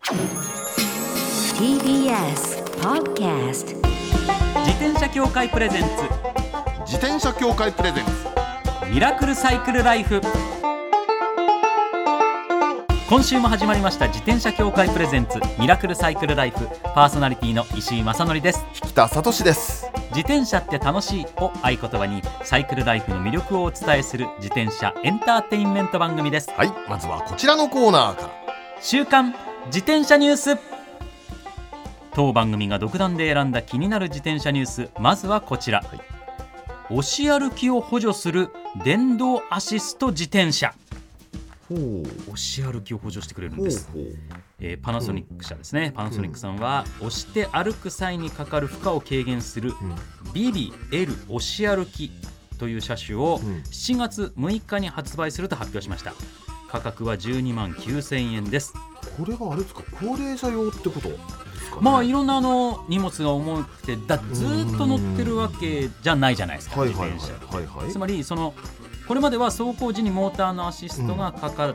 TBS Podcast 自転車協会プレゼンツ自転車協会プレゼンツミラクルサイクルライフ。今週も始まりました自転車協会プレゼンツミラクルサイクルライフ。パーソナリティの石井正則です。 引田聡です。 自転車って楽しいを合言葉にサイクルライフの魅力をお伝えする自転車エンターテインメント番組です。 はい、まずはこちらのコーナーから。 週刊自転車ニュース。当番組が独断で選んだ気になる自転車ニュース、まずはこちら、押し歩きを補助する電動アシスト自転車。押し歩きを補助してくれるんです。パナソニック社ですね。パナソニックさんは押して歩く際にかかる負荷を軽減するビビ L 押し歩きという車種を7月6日に発売すると発表しました。価格は12万9000円です。 これがあれですか、高齢者用ってことですかね。 まあいろんな荷物が重くてずっと乗ってるわけじゃないじゃないですか、自転車。つまりこれまでは走行時にモーターのアシストがかかって、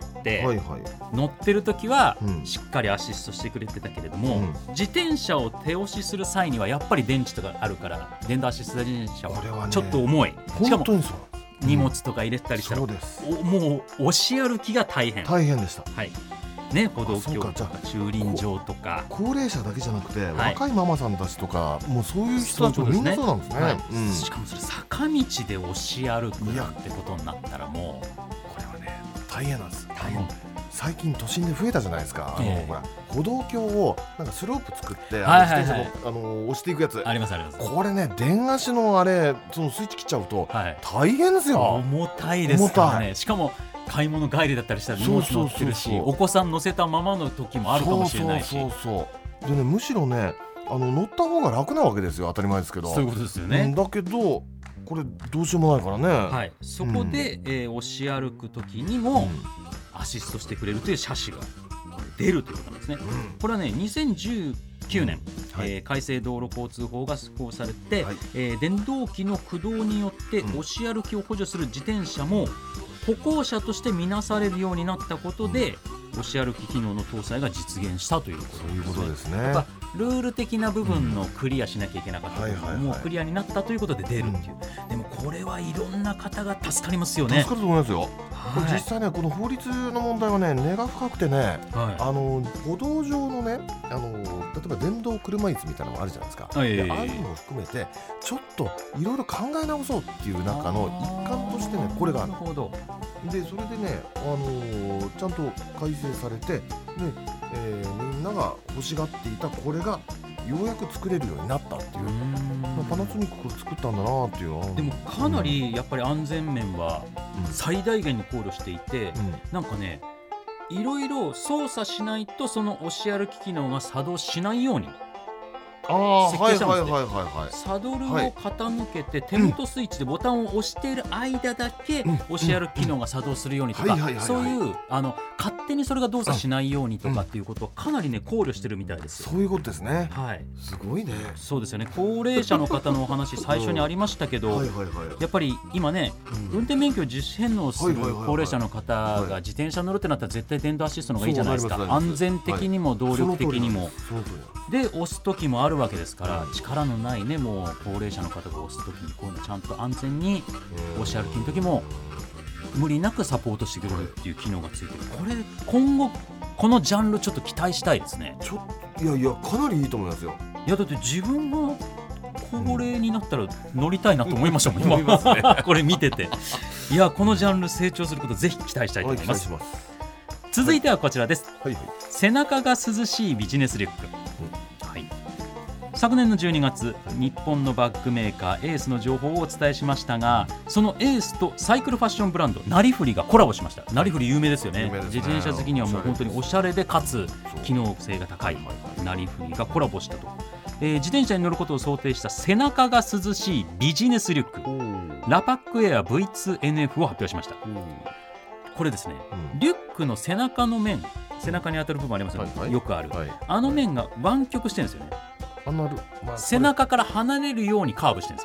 乗ってる時はしっかりアシストしてくれてたけれども、自転車を手押しする際にはやっぱり電池とかあるから電動アシスト自転車はちょっと重い、しかも荷物とか入れたりしたら、もう押し歩きが大変でした。 ね、歩道橋とか駐輪場とか。 高齢者だけじゃなくて、若いママさんたちとかもうそういう人たちもみんなそうなんですね。 しかもそれ坂道で押し歩くってことになったらもうこれはね大変なんです。最近都心で増えたじゃないですか。ほら歩道橋をなんかスロープ作って自転車を押していくやつありますあります。 これね電足のあれそのスイッチ切っちゃうと大変ですよ。 重たいですからね。しかも買い物帰りだったりしたら荷物乗ってるし、お子さん乗せたままの時もあるかもしれないし。でね、むしろね乗った方が楽なわけですよ。当たり前ですけど。そういうことですよね。だけどこれどうしようもないからね。 そこで、押し歩く時にもアシストしてくれるという車種が出るということなんですね。これはね2019年、改正道路交通法が施行されて、電動機の駆動によって押し歩きを補助する自転車も歩行者として見なされるようになったことで、押し歩き機能の搭載が実現したということですね。やっぱルール的な部分のクリアしなきゃいけなかった部分もクリアになったということで出るっていう。でもこれはいろんな方が助かりますよね。 助かると思いますよ。これ実際ねこの法律の問題はね根が深くてね、歩道上のね例えば電動車椅子みたいなのもあるじゃないですか。ああいうのも含めてちょっといろいろ考え直そうっていう中の一環としてねこれがある。でそれでね、ちゃんと改正されてで、みんなが欲しがっていたこれがようやく作れるようになったっていう。パナソニックこれ作ったんだなっていう。 でもかなりやっぱり安全面は最大限に考慮していて、なんかねいろいろ操作しないとその押し歩き機能が作動しないように設計したんですね。サドルを傾けて手元スイッチでボタンを押している間だけ押し歩き機能が作動するようにとか、そういう勝手にそれが動作しないようにとかっていうことをかなりね考慮してるみたいです。 そういうことですね。すごいね。 そうですよね。高齢者の方のお話最初にありましたけど、やっぱり今ね運転免許を自主返納する高齢者の方が自転車乗るってなったら絶対電動アシストの方がいいじゃないですか。安全的にも動力的にも。で押す時もあるわけですから、力のないねもう高齢者の方が押す時にこういうのちゃんと安全に押し歩きの時も無理なくサポートしてくれるっていう機能がついてる。これ今後このジャンルちょっと期待したいですね。 いやかなりいいと思いますよ。 いやだって自分が高齢になったら乗りたいなと思いましたもん今これ見てて。いやこのジャンル成長することぜひ期待したいと思います。続いてはこちらです。背中が涼しいビジネスリュック。昨年の12月日本のバッグメーカーエースの情報をお伝えしましたが、そのエースとサイクルファッションブランドなりふりがコラボしました。なりふり有名ですよね。自転車好きにはもう本当におしゃれでかつ機能性が高いなりふりがコラボしたと。自転車に乗ることを想定した背中が涼しいビジネスリュックラパックエア V2NF を発表しました。これですね、リュックの背中の面、背中に当たる部分ありますよね、よくある、あの面が湾曲してるんですよね。背中から離れるようにカーブしてるんですよ。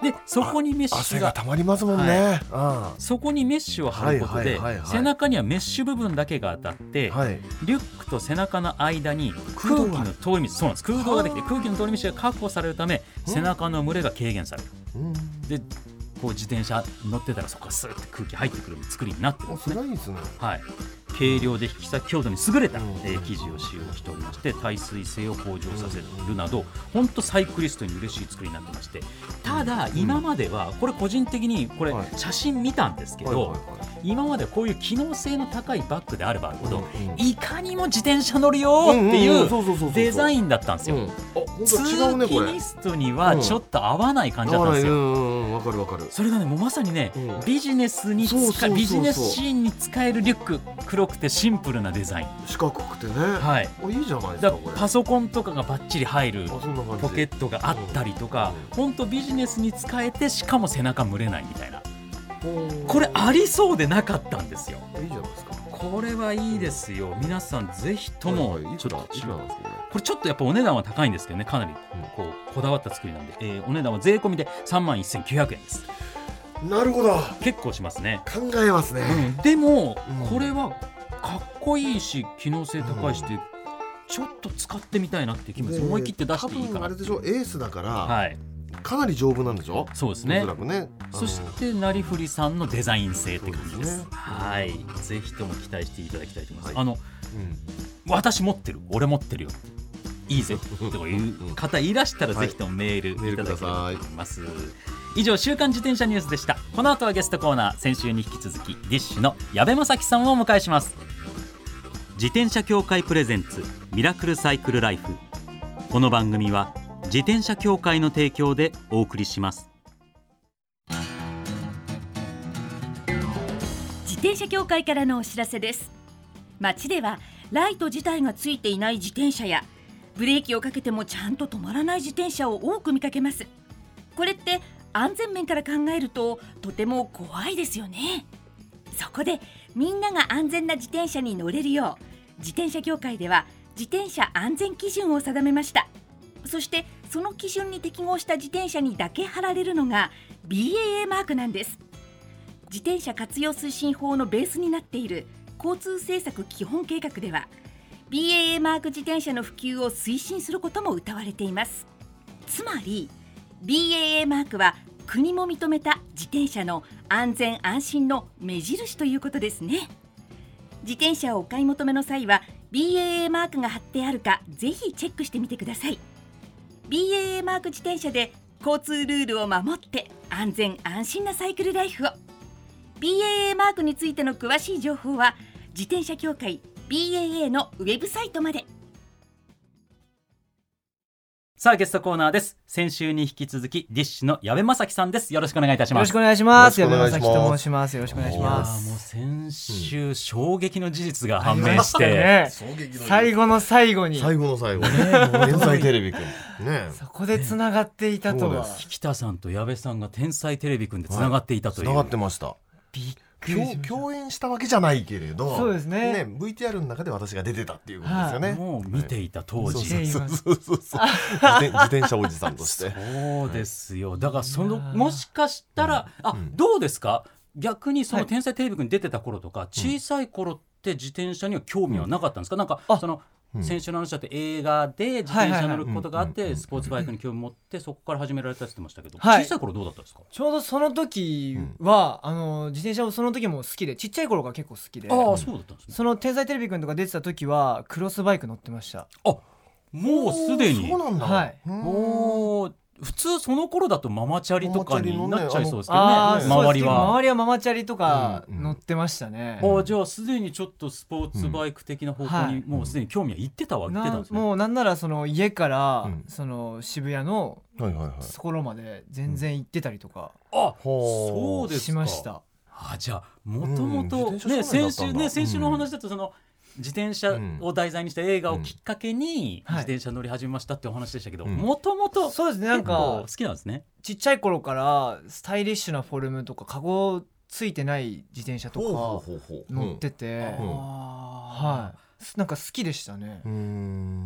でそこにメッシュ汗がたまりますもんね、 そこにメッシュを貼ることで、背中にはメッシュ部分だけが当たって、リュックと背中の間に空気の通り道、そうなんです、空洞ができて空気の通り道が確保されるため、背中の蒸れが軽減される、でこう自転車乗ってたらそこがスーッと空気入ってくる作りになってるんですね。 それはいいですね。 軽量で引き裂き強度に優れた生地を使用しておりまして、耐水性を向上させるなど、本当サイクリストに嬉しい作りになってまして、ただ今まではこれ個人的にこれ写真見たんですけど、今までこういう機能性の高いバッグであればあるほど、いかにも自転車乗るよっていうデザインだったんですよ。通勤ニストにはちょっと合わない感じだったんですよ。 わかるわかる。 それがね、もうまさにね、ビジネスシーンに使えるリュック、黒くてシンプルなデザイン、 四角くてね、いいじゃないですか。 パソコンとかがバッチリ入るポケットがあったりとか、本当ビジネスに使えて、しかも背中蒸れないみたいな、これありそうでなかったんですよ。 いいじゃないですか。 これはいいですよ。皆さんぜひともちょっと、これちょっとやっぱお値段は高いんですけどね、かなりこだわった作りなんで、お値段は税込みで31,900円です。 なるほど、 結構しますね。 考えますね。 でもこれはかっこいいし機能性高いし、ちょっと使ってみたいなって気持ち、思い切って出していいかな。多分あれでしょ、 エースだから、かなり丈夫なんでしょ。 そうですね。 おそらくね。 そしてなりふりさんのデザイン性って感じです。ぜひとも期待していただきたいと思います。私持ってる、俺持ってるよ、いいぜという方いらしたら、ぜひともメールいただきたいと思います。以上、週刊自転車ニュースでした。この後はゲストコーナー、先週に引き続きディッシュの矢部正樹さんをお迎えします。自転車協会プレゼンツミラクルサイクルライフ。この番組は自転車協会の提供でお送りします。 自転車協会からのお知らせです。街ではライト自体がついていない自転車や、ブレーキをかけてもちゃんと止まらない自転車を多く見かけます。これって安全面から考えるととても怖いですよね。そこでみんなが安全な自転車に乗れるよう、自転車協会では自転車安全基準を定めました。そしてその基準に適合した自転車にだけ貼られるのが BAA マークなんです。自転車活用推進法のベースになっている交通政策基本計画では、 BAA マーク自転車の普及を推進することも謳われています。つまりBAA マークは国も認めた自転車の安全安心の目印ということですね。自転車をお買い求めの際は BAA マークが貼ってあるか、ぜひチェックしてみてください。 BAA マーク自転車で交通ルールを守って安全安心なサイクルライフを。 BAA マークについての詳しい情報は自転車協会 BAA のウェブサイトまで。 さあ、ゲストコーナーです。先週に引き続きディッシュの矢部正樹さんです。よろしくお願いいたします。 よろしくお願いします。矢部正樹と申します。よろしくお願いします。 もう先週、衝撃の事実が判明して、 最後の最後に天才テレビくんそこでつながっていたとは。 引田さんと矢部さんが天才テレビくんでつながっていたという。 つながってました。共演したわけじゃないけれど、 そうですね。 VTR の中で私が出てたっていうことですよね。 もう見ていた当時、 自転車おじさんとして。 そうですよ。だからもしかしたら、どうですか、逆にその天才テレビくんに出てた頃とか、小さい頃って自転車には興味はなかったんですか？なんかその先週の話だって映画で自転車乗ることがあって、スポーツバイクに興味持って、そこから始められたって言ってましたけど、小さい頃どうだったんですか？ ちょうどその時は、自転車をその時も好きで、ちっちゃい頃が結構好きで。 そうだったんですね。 その天才テレビくんとか出てた時はクロスバイク乗ってました。 もうすでに。 そうなんだ。 もう普通その頃だとママチャリとかになっちゃいそうですけどね。周りはママチャリとか乗ってましたね。 じゃあすでにちょっとスポーツバイク的な方向にもうすでに興味はいってたんですね。 もうなんならその家からその渋谷のところまで全然行ってたりとかそうですかしました。 じゃあもともと先週のお話だと、その自転車を題材にした映画をきっかけに自転車乗り始めましたってお話でしたけど、もともとそうですね、なんか好きなんですね。 ちっちゃい頃からスタイリッシュなフォルムとかカゴついてない自転車とか乗ってて、なんか好きでしたね。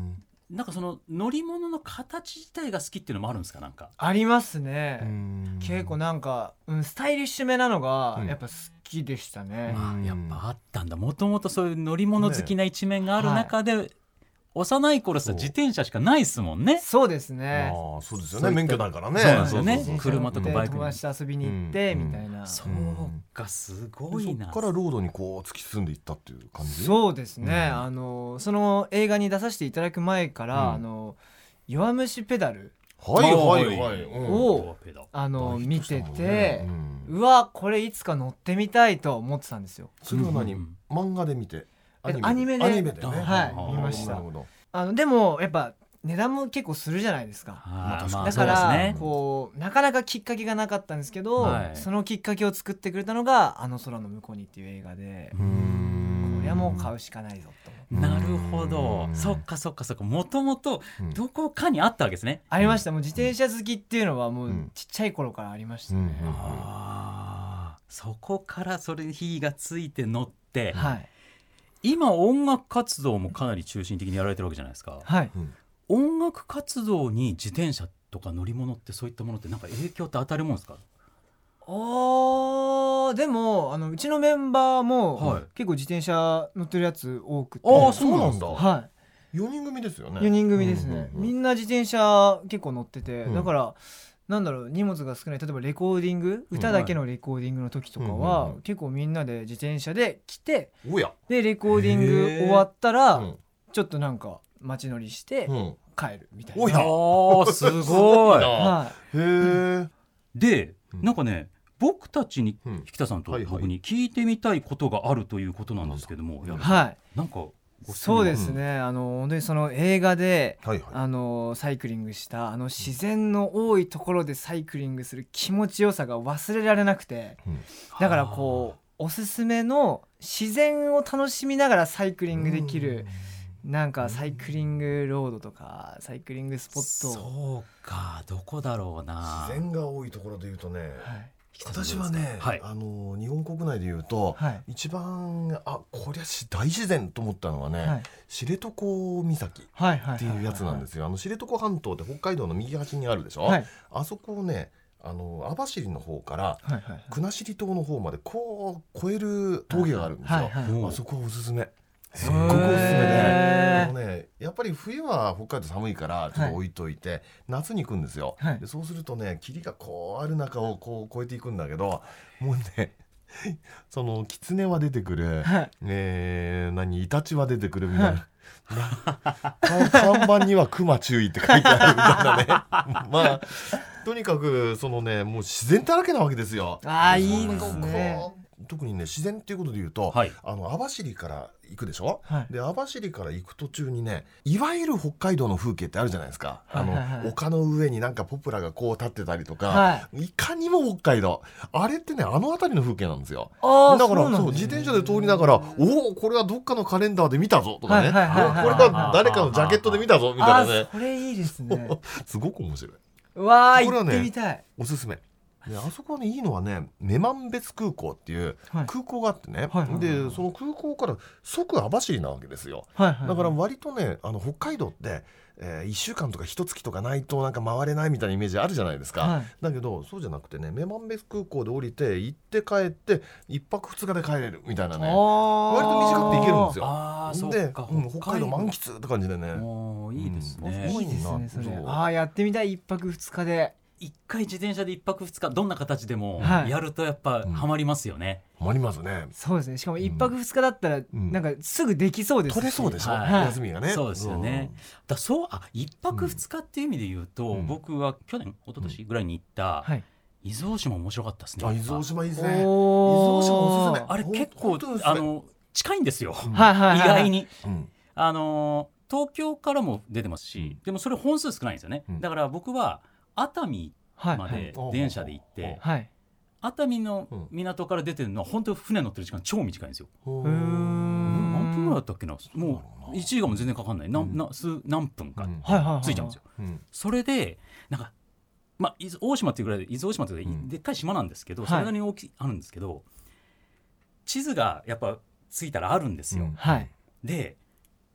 なんかその乗り物の形自体が好きっていうのもあるんですか？なんかありますね。結構なんか、スタイリッシュめなのがやっぱ好きでしたね。 やっぱあったんだ。もともとそういう乗り物好きな一面がある中で、幼い頃さ自転車しかないですもんね。 そうですね。 そうですよね。免許ないからね。 そうですよね。車とかバイク友達と遊びに行ってみたいな。 そうか、すごいな。 そっからロードにこう突き進んでいったっていう感じ。 そうですね。その映画に出させていただく前から弱虫ペダルを見てて、うわこれいつか乗ってみたいと思ってたんですよ。 それは何？漫画で見て？ アニメでね、はい見ました。でもやっぱ値段も結構するじゃないですか。だからこうなかなかきっかけがなかったんですけど、そのきっかけを作ってくれたのがあの空の向こうにっていう映画で、これはもう買うしかないぞと。 なるほど。そっかもともとどこかにあったわけですね。 ありました。もう自転車好きっていうのはもうちっちゃい頃からありましたね。 そこからそれ火がついて乗って、今音楽活動もかなり中心的にやられてるわけじゃないですか。音楽活動に自転車とか乗り物ってそういったものってなんか影響って当たるもんですか？ でもうちのメンバーも結構自転車乗ってるやつ多くて。 そうなんだ。 はい。 4人組ですよね。 4人組ですね。みんな自転車結構乗ってて、だからなんだろう、荷物が少ない、例えばレコーディング、歌だけのレコーディングの時とかは結構みんなで自転車で来て、でレコーディング終わったらちょっとなんか街乗りして帰るみたいな。 すごい。でなんかね、僕たちに引田さんと僕に聞いてみたいことがあるということなんですけども、なんかそうですね、本当にその映画で、サイクリングした自然の多いところでサイクリングする気持ちよさが忘れられなくて、だからこうおすすめの自然を楽しみながらサイクリングできるなんかサイクリングロードとかサイクリングスポット。 そうか、どこだろうな。 自然が多いところでいうとね、私はね、日本国内でいうと、一番こりゃ大自然と思ったのはね、知床岬っていうやつなんですよ。知床半島って北海道の右端にあるでしょ。あそこをね、網走の方から国後島の方までこう越える峠があるんですよ。あそこはおすすめ。すっごくおすすめで、やっぱり冬は北海道寒いからちょっと置いといて、夏に行くんですよ。でそうするとね、霧がこうある中をこう越えていくんだけど、もうねその狐は出てくる、イタチは出てくるみたいな、看板には熊注意って書いてあるみたいなねとにかくそのね、もう自然だらけなわけですよ。 いいですね。 特にね、自然っていうことで言うと、網走から行くでしょ。で網走から行く途中にね、いわゆる北海道の風景ってあるじゃないですか。丘の上になんかポプラがこう立ってたりとか、いかにも北海道、あれってね、辺りの風景なんですよ。だからそう、自転車で通りながら、これはどっかのカレンダーで見たぞとかね、これは誰かのジャケットで見たぞみたいなね。 これいいですね。 すごく面白い。 行ってみたい。 おすすめで、あそこはね、いいのはね、女満別空港っていう空港があってね、でその空港から即網走なわけですよ。だから割とね、北海道って、1週間とか1月とかないとなんか回れないみたいなイメージあるじゃないですか。だけどそうじゃなくてね、女満別空港で降りて行って帰って1泊2日で帰れるみたいなね、割と短くて行けるんですよ。で、北海道満喫って感じでね、 いいですね。 いいですね、それ。やってみたい。1泊2日で一回自転車で1泊2日どんな形でもやるとやっぱハマりますよね。 ハマりますね。 そうですね。しかも1泊2日だったらなんかすぐできそうです。 取れそうでしょ、休みがね。 そうですよね。1泊2日っていう意味で言うと、僕は去年一昨年ぐらいに行った伊豆大島面白かったですね。 伊豆大島いいですね。伊豆大島おすすめ。 あれ結構近いんですよ、意外に。東京からも出てますし、でもそれ本数少ないんですよね。だから僕は熱海まで電車で行って、熱海の港から出てるのは本当に船乗ってる時間超短いんですよ。何分ぐらいだったっけな、もう1時間も全然かかんない、何分かついちゃうんですよ。それでなんか、伊豆大島っていうぐらいで、伊豆大島ってでっかい島なんですけど、それなりに大きいあるんですけど、地図がやっぱついたらあるんですよ。で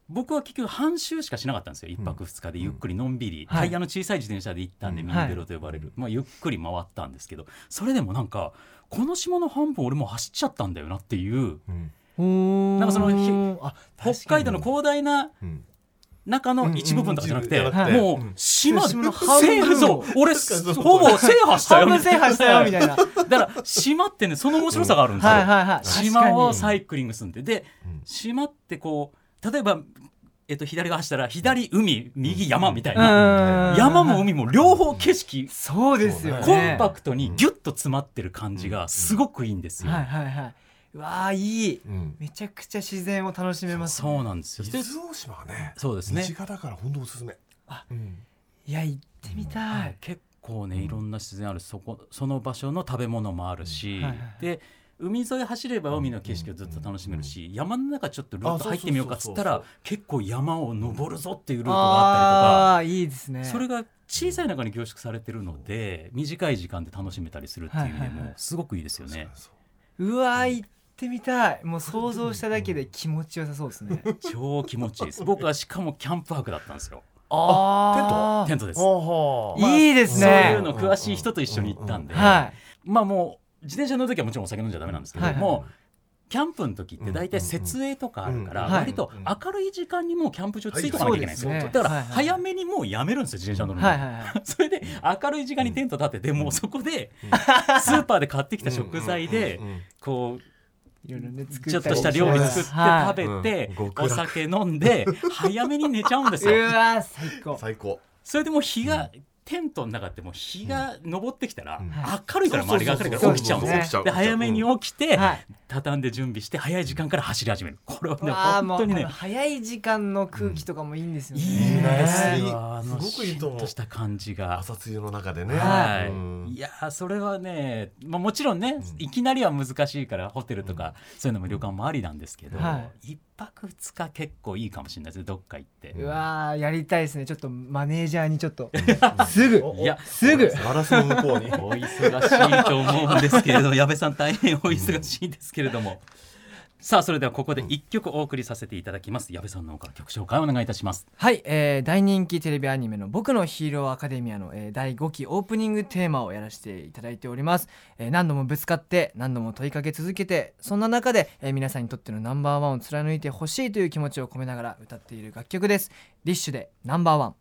僕は結局半周しかしなかったんですよ。1泊2日でゆっくりのんびり、タイヤの小さい自転車で行ったんで、ミニベロと呼ばれる、ゆっくり回ったんですけど、それでもなんかこの島の半分俺もう走っちゃったんだよなっていう、なんかその北海道の広大な中の一部分とかじゃなくて、もう島の半分、そう俺ほぼ制覇したよ半分制覇したよみたいな。 だから島ってね、その面白さがあるんですよ。島をサイクリングするんで、島ってこう例えば左側走ったら左海右山みたいな、山も海も両方景色、 そうですよね、 コンパクトにギュッと詰まってる感じがすごくいいんですよ。 うわーいい、めちゃくちゃ自然を楽しめます、 ね、そうなんですよ。 伊豆大島はね、 そうですね、 身近だから本当おすすめ。 いや行ってみたい、 結構ねいろんな自然ある、その場所の食べ物もあるし、で海沿い走れば海の景色をずっと楽しめるし、山の中ちょっとルート入ってみようかっつったら結構山を登るぞっていうルートがあったりとか、 いいですね。 それが小さい中に凝縮されてるので短い時間で楽しめたりするっていう意味でもすごくいいですよね。 うわ行ってみたい。もう想像しただけで気持ちよさそうですね。 超気持ちいいです。僕はしかもキャンプ泊だったんですよ。テントです。 いいですね。 そういうの詳しい人と一緒に行ったんで、まあもう自転車乗るときはもちろんお酒飲んじゃダメなんですけども、キャンプの時って大体設営とかあるから割と明るい時間にもうキャンプ場ついておかなきゃいけないんですよ。だから早めにもうやめるんですよ、自転車乗るの。それで明るい時間にテント立てて、もうそこでスーパーで買ってきた食材でこうちょっとした料理作って食べて、お酒飲んで早めに寝ちゃうんですよ。 うわ最高。 それでもう日がテントの中ってもう日が昇ってきたら明るいから、周りが明るいから起きちゃうんですよ。で早めに起きて畳んで準備して早い時間から走り始める。これはね本当にね、 早い時間の空気とかもいいんですよね。 いいですよ。すごくいいと思う。 シュッとした感じが朝露の中でね。 いやそれはね、もちろんねいきなりは難しいからホテルとかそういうのも旅館もありなんですけど、1泊2日結構いいかもしれないですね、どっか行って。 うわやりたいですね。ちょっとマネージャーにちょっとすぐガラスの向こうにお忙しいと思うんですけれども矢部さん大変お忙しいですけれども、さあそれではここで1曲お送りさせていただきます。矢部さんの方から曲紹介をお願いいたします。 はい、大人気テレビアニメの僕のヒーローアカデミアの、第5期オープニングテーマをやらせていただいております。何度もぶつかって何度も問いかけ続けて、そんな中で、皆さんにとってのナンバーワンを貫いてほしいという気持ちを込めながら歌っている楽曲です。ディッシュでナンバーワン。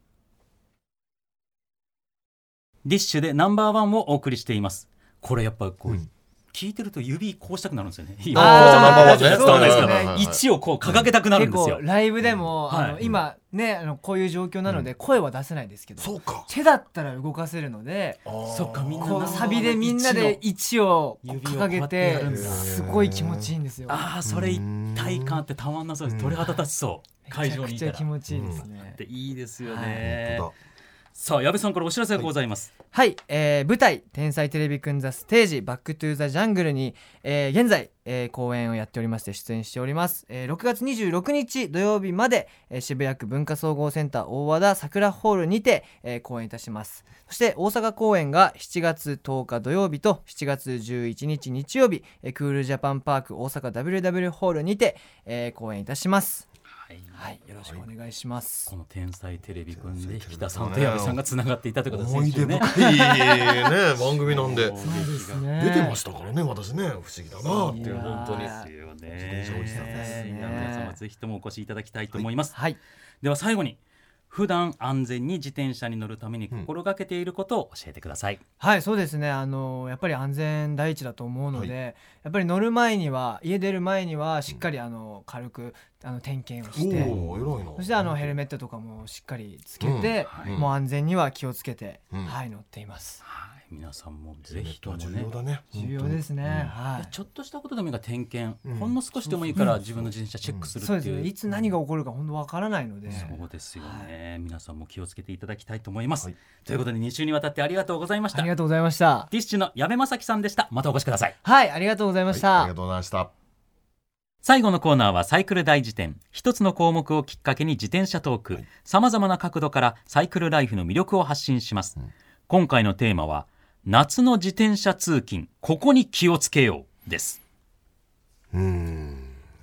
ディッシュでナンバーワンをお送りしています。これやっぱこう、聞いてると指こうしたくなるんですよね。1をこう掲げたくなるんですよ。 結構ライブでも、今ねこういう状況なので声は出せないですけど、手だったら動かせるので、 そっか、みんなサビでみんなで1を掲げてすごい気持ちいいんですよ。 それ一体感ってたまんなそうです。鳥肌立ちそう。会場にいたらめちゃくちゃ気持ちいいですね。 いいですよね。さあ矢部さんからお知らせがございます。 はい、舞台天才テレビくんザステージバックトゥーザジャングルに、現在、公演をやっておりまして出演しております。6月26日土曜日まで、渋谷区文化総合センター大和田桜ホールにて、公演いたします。そして大阪公演が7月10日土曜日と7月11日日曜日、クールジャパンパーク大阪 WW ホールにて、公演いたします。はい、よろしくお願いします。 この天才テレビくんで引田さんと矢部さんがつながっていたということですね。 思い出深いね番組なんで出てましたからね。私ね不思議だなっていう本当にですよね。 皆様ぜひともお越しいただきたいと思います。 はい、 では最後に普段安全に自転車に乗るために心がけていることを教えてください。 はい、そうですね。やっぱり安全第一だと思うので、やっぱり乗る前には家出る前にはしっかり軽く点検をして、そしてヘルメットとかもしっかりつけて、もう安全には気をつけて、乗っています。 皆さんもぜひとも重要だね。 重要ですね。 ちょっとしたことでもいいから点検、ほんの少しでもいいから自分の自転車チェックするっていう。 そうですね。いつ何が起こるか本当わからないので。 そうですよね。皆さんも気をつけていただきたいと思います。ということで2週にわたってありがとうございました。 ありがとうございました。 ディッシュの矢部正樹さんでした。またお越しください。 はい、ありがとうございました。 ありがとうございました。 最後のコーナーはサイクル大辞典。一つの項目をきっかけに自転車トーク、さまざまな角度からサイクルライフの魅力を発信します。今回のテーマは夏の自転車通勤、ここに気をつけようです。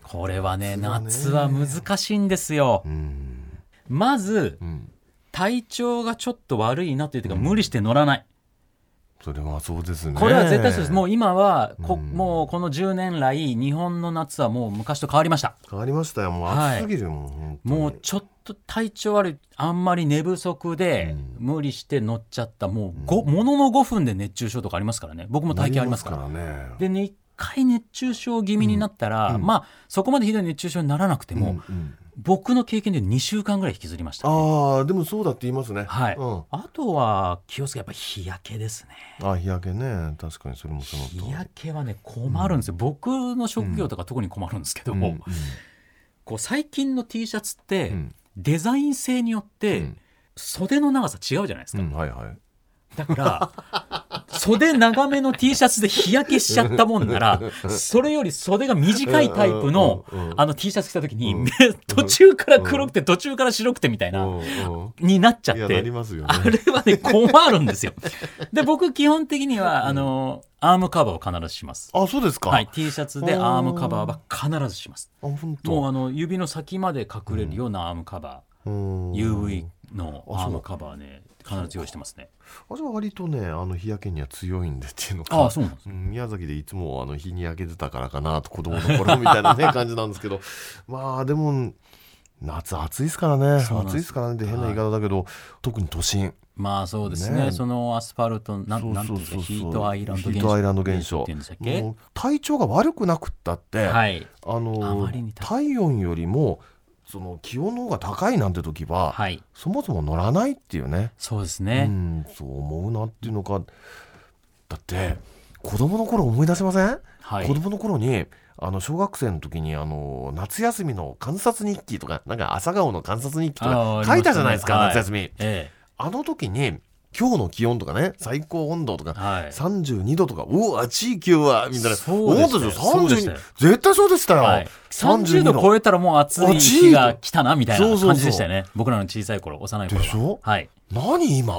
これはね、夏は難しいんですよ。まず、体調がちょっと悪いなというか、無理して乗らない。 それはそうですね。 これは絶対そうです。もう今はもうこの10年来日本の夏はもう昔と変わりました。 変わりましたよ。もう暑すぎるもん、 もうちょっと体調悪い、あんまり寝不足で無理して乗っちゃった、もうものの5分で熱中症とかありますからね。僕も体験ありますからね。 でね、1回熱中症気味になったら、まあそこまでひどい熱中症にならなくても、僕の経験で2週間ぐらい引きずりました、ね。 でもそうだって言いますね。 はい。あとは気をつけ、やっぱり日焼けですね。 日焼けね、確かにそれもその通り。 日焼けはね困るんですよ。僕の職業とか特に困るんですけど、こう最近の T シャツって、デザイン性によって袖の長さ違うじゃないですか。だから袖長めの T シャツで日焼けしちゃったもんなら、それより袖が短いタイプのT シャツ着た時に、途中から黒くて途中から白くてみたいなになっちゃって、あれはね困るんですよ。で、僕基本的にはアームカバーを必ずします。 そうですか。 はい、T シャツでアームカバーは必ずします。もう指の先まで隠れるようなアームカバー、UV のアームカバーね必ず用意してますね。 私は割とね日焼けには強いんでっていうのか。 そうなんです。 宮崎でいつも日に焼けてたからかなと、子供の頃みたいなね感じなんですけど、まあでも夏暑いですからね。暑いですからねって変な言い方だけど、特に都心。 まあそうですね。そのアスファルトなんていうんですか、ヒートアイランド現象っていうんですっけ。 体調が悪くなくったって、体温よりもその気温の方が高いなんて時は、そもそも乗らないっていうね。 そうですね。 そう思うなっていうのか。だって子供の頃思い出せません？子供の頃に小学生の時に夏休みの観察日記とか、なんか朝顔の観察日記とか書いたじゃないですか、夏休み。あの時に今日の気温とかね、最高温度とか、32度とか、暑い今日はみたいな思ったんですよ。32、絶対そうでしたよ。 30度超えたらもう暑い日が来たなみたいな感じでしたよね。僕らの小さい頃、幼い頃は。 でしょ？何今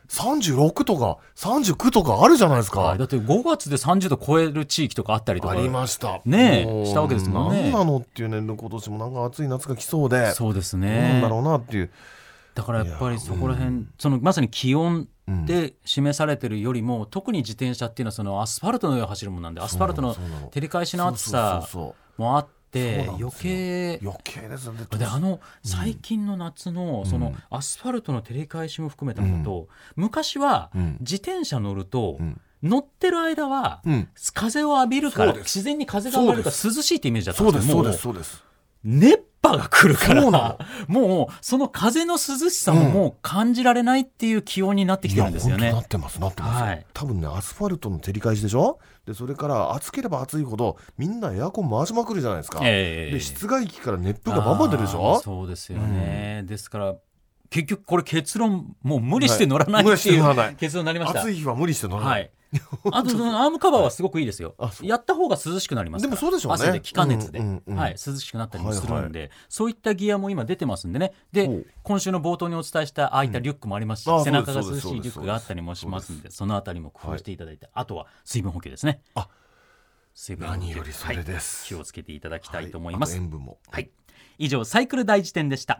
36とか39とかあるじゃないですか。 だって5月で30度超える地域とかあったりとかありましたね、したわけですもんね。 何なのっていうね、今年もなんか暑い夏が来そうで、 そうですね、 なんだろうなっていう。 だからやっぱりそこら辺、まさに気温で示されてるよりも、特に自転車っていうのはそのアスファルトの上を走るものなんで、アスファルトの照り返しの暑さもあって、余計ですね。 で最近の夏のそのアスファルトの照り返しも含めたものと、昔は自転車乗ると乗ってる間は風を浴びるから、自然に風が上がるから涼しいってイメージだったんですけど、 そうです。 熱波が来るからもうその風の涼しさももう感じられないっていう気温になってきてるんですよね。 なってます、多分ね、アスファルトの照り返しでしょ。でそれから暑ければ暑いほどみんなエアコン回しまくるじゃないですか。で室外機から熱風がバンバン出るでしょ。 そうですよね、ですから結局これ結論、もう無理して乗らないっていう結論になりました。 暑い日は無理して乗らない。 あとそのアームカバーはすごくいいですよ。やった方が涼しくなりますから。 でもそうでしょうね。 汗で気化熱で、涼しくなったりもするんで、そういったギアも今出てますんでね。で今週の冒頭にお伝えしたああいったリュックもありますし、背中が涼しいリュックがあったりもしますんで、そのあたりも工夫していただいて、あとは水分補給ですね。水分補給、 何よりそれです。 気をつけていただきたいと思います。 塩分も。 以上サイクル大辞典でした。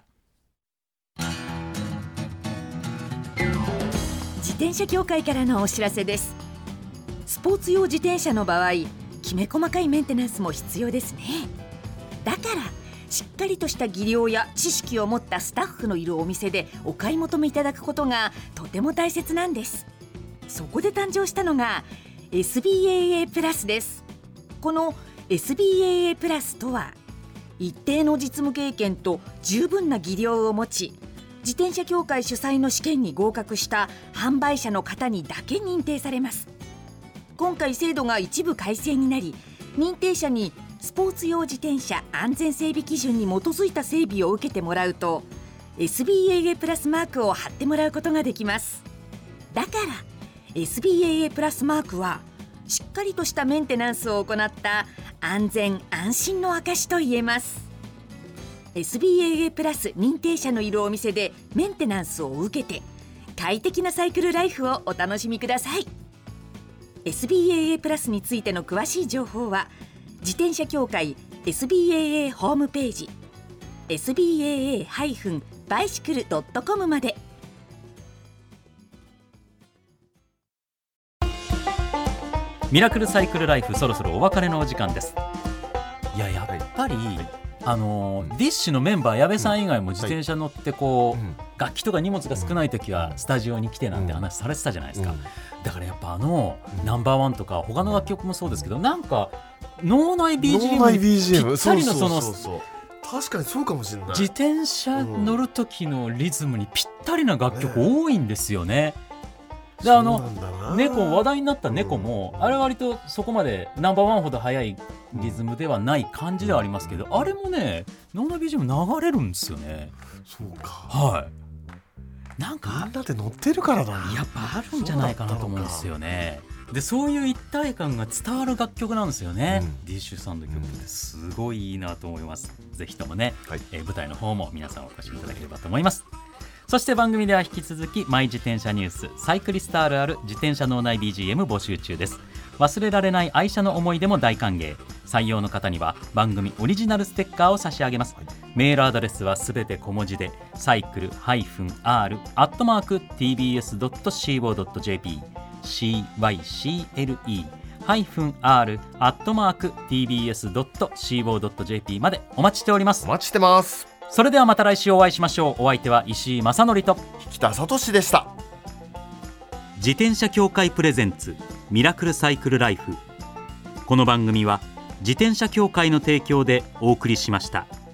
自転車協会からのお知らせです。スポーツ用自転車の場合、きめ細かいメンテナンスも必要ですね。だからしっかりとした技量や知識を持ったスタッフのいるお店でお買い求めいただくことがとても大切なんです。そこで誕生したのが SBAA プラスです。この SBAA プラスとは、一定の実務経験と十分な技量を持ち、自転車協会主催の試験に合格した販売者の方にだけ認定されます。今回制度が一部改正になり、認定者にスポーツ用自転車安全整備基準に基づいた整備を受けてもらうと SBAA プラスマークを貼ってもらうことができます。だから SBAA プラスマークはしっかりとしたメンテナンスを行った安全安心の証と言えます。 SBAA プラス認定者のいるお店でメンテナンスを受けて快適なサイクルライフをお楽しみください。SBAA プラスについての詳しい情報は自転車協会 SBAA ホームページ SBAA-bicycle.com まで。 ミラクルサイクルライフ、そろそろお別れのお時間です。いや、やっぱり、ディッシュのメンバー矢部さん以外も自転車乗って楽器とか荷物が少ない時はスタジオに来てなんて話されてたじゃないですか。だからやっぱナンバーワンとか他の楽曲もそうですけど、なんか脳内 BGM にぴったりの確かにそうかもしれない。 自転車乗る時のリズムにぴったりな楽曲多いんですよね。で猫、話題になった猫も、あれ割とそこまでナンバーワンほど速いリズムではない感じではありますけど、あれもね脳内 BGM 流れるんですよね。 そうか。 はい。なんかみんなで乗ってるからだな。 やっぱあるんじゃないかなと思うんですよね。でそういう一体感が伝わる楽曲なんですよね。ディッシュさんの曲ってすごいいいなと思います。ぜひともね、舞台の方も皆さんお越しいただければと思います。そして番組では引き続きマイ自転車ニュース、サイクリストあるある、自転車脳内 BGM 募集中です。忘れられない愛車の思い出も大歓迎。採用の方には番組オリジナルステッカーを差し上げます。メールアドレスはすべて小文字でサイクル-r@tbs.co.jp cycler-r@tbs.co.jp までお待ちしております。 お待ちしてます。 それではまた来週お会いしましょう。お相手は石井正則と引田聡でした。 自転車協会プレゼンツミラクルサイクルライフ。この番組は自転車協会の提供でお送りしました。